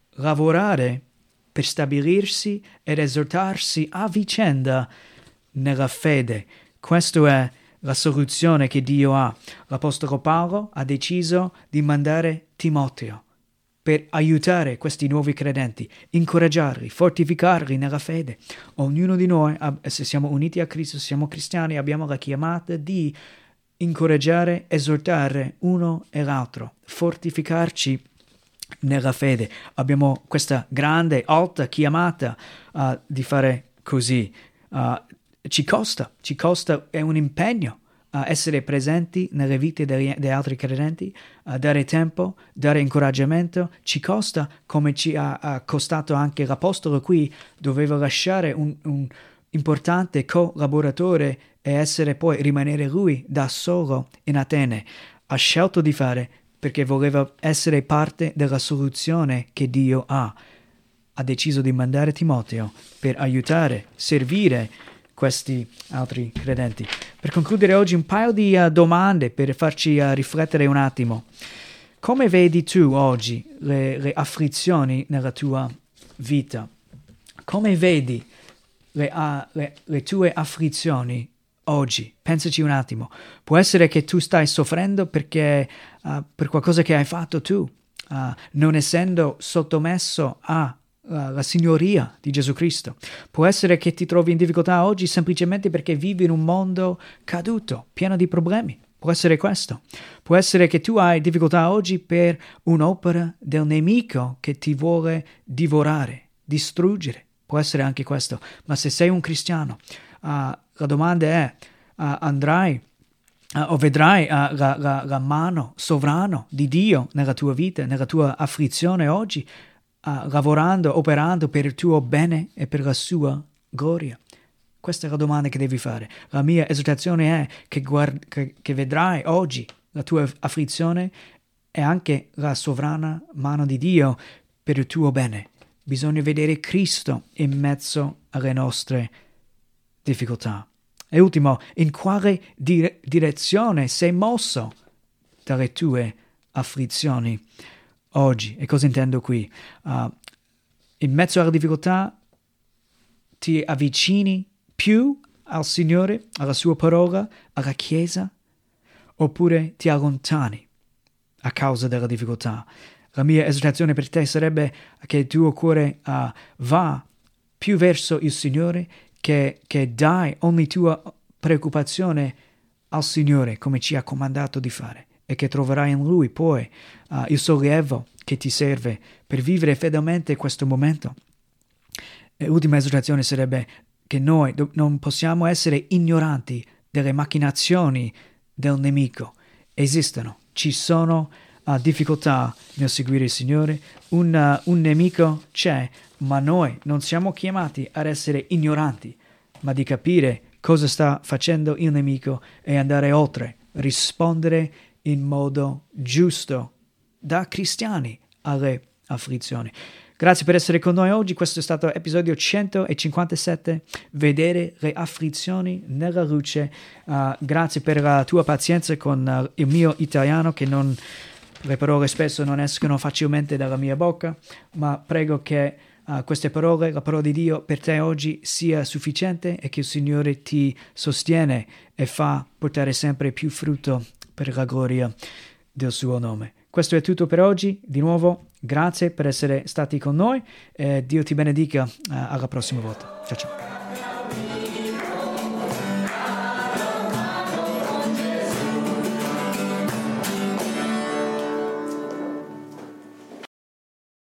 Lavorare per stabilirsi ed esortarsi a vicenda nella fede. Questo è la soluzione che Dio ha. L'Apostolo Paolo ha deciso di mandare Timoteo per aiutare questi nuovi credenti, incoraggiarli, fortificarli nella fede. Ognuno di noi, se siamo uniti a Cristo, siamo cristiani, abbiamo la chiamata di incoraggiare, esortare uno e l'altro, fortificarci nella fede. Abbiamo questa grande, alta chiamata uh, di fare così. Uh, Ci costa, ci costa, è un impegno a uh, essere presenti nelle vite degli, degli altri credenti, a uh, dare tempo, dare incoraggiamento. Ci costa, come ci ha, ha costato anche l'Apostolo qui, doveva lasciare un, un importante collaboratore e essere poi rimanere lui da solo in Atene. Ha scelto di fare perché voleva essere parte della soluzione che Dio ha. Ha deciso di mandare Timoteo per aiutare, servire questi altri credenti. Per concludere oggi un paio di uh, domande per farci uh, riflettere un attimo. Come vedi tu oggi le, le afflizioni nella tua vita? Come vedi le, uh, le, le tue afflizioni oggi? Pensaci un attimo. Può essere che tu stai soffrendo perché uh, per qualcosa che hai fatto tu, uh, non essendo sottomesso a la signoria di Gesù Cristo. Può essere che ti trovi in difficoltà oggi semplicemente perché vivi in un mondo caduto, pieno di problemi. Può essere questo. Può essere che tu hai difficoltà oggi per un'opera del nemico che ti vuole divorare, distruggere. Può essere anche questo. Ma se sei un cristiano, uh, la domanda è, uh, andrai uh, o vedrai uh, la, la, la mano sovrana di Dio nella tua vita, nella tua afflizione oggi, Uh, lavorando, operando per il tuo bene e per la sua gloria? Questa è la domanda che devi fare. La mia esortazione è che, guard- che, che vedrai oggi la tua afflizione e anche la sovrana mano di Dio per il tuo bene. Bisogna vedere Cristo in mezzo alle nostre difficoltà. E ultimo, in quale dire- direzione sei mosso dalle tue afflizioni oggi? E cosa intendo qui? Uh, in mezzo alla difficoltà ti avvicini più al Signore, alla sua parola, alla Chiesa, oppure ti allontani a causa della difficoltà? La mia esortazione per te sarebbe che il tuo cuore uh, va più verso il Signore, che, che dai ogni tua preoccupazione al Signore come ci ha comandato di fare, e che troverai in Lui poi uh, il sollievo che ti serve per vivere fedelmente questo momento. E l'ultima esortazione sarebbe che noi do- non possiamo essere ignoranti delle macchinazioni del nemico. Esistono, ci sono ha difficoltà nel seguire il Signore, un, uh, un nemico c'è, ma noi non siamo chiamati ad essere ignoranti, ma di capire cosa sta facendo il nemico e andare oltre, rispondere in modo giusto da cristiani alle afflizioni. Grazie per essere con noi oggi, questo è stato episodio centocinquantasette, vedere le afflizioni nella luce. Uh, grazie per la tua pazienza con uh, il mio italiano, che non, le parole spesso non escono facilmente dalla mia bocca, ma prego che uh, queste parole, la parola di Dio per te oggi sia sufficiente e che il Signore ti sostiene e fa portare sempre più frutto per la gloria del suo nome. Questo è tutto per oggi, di nuovo grazie per essere stati con noi e Dio ti benedica, uh, alla prossima volta. Ciao ciao.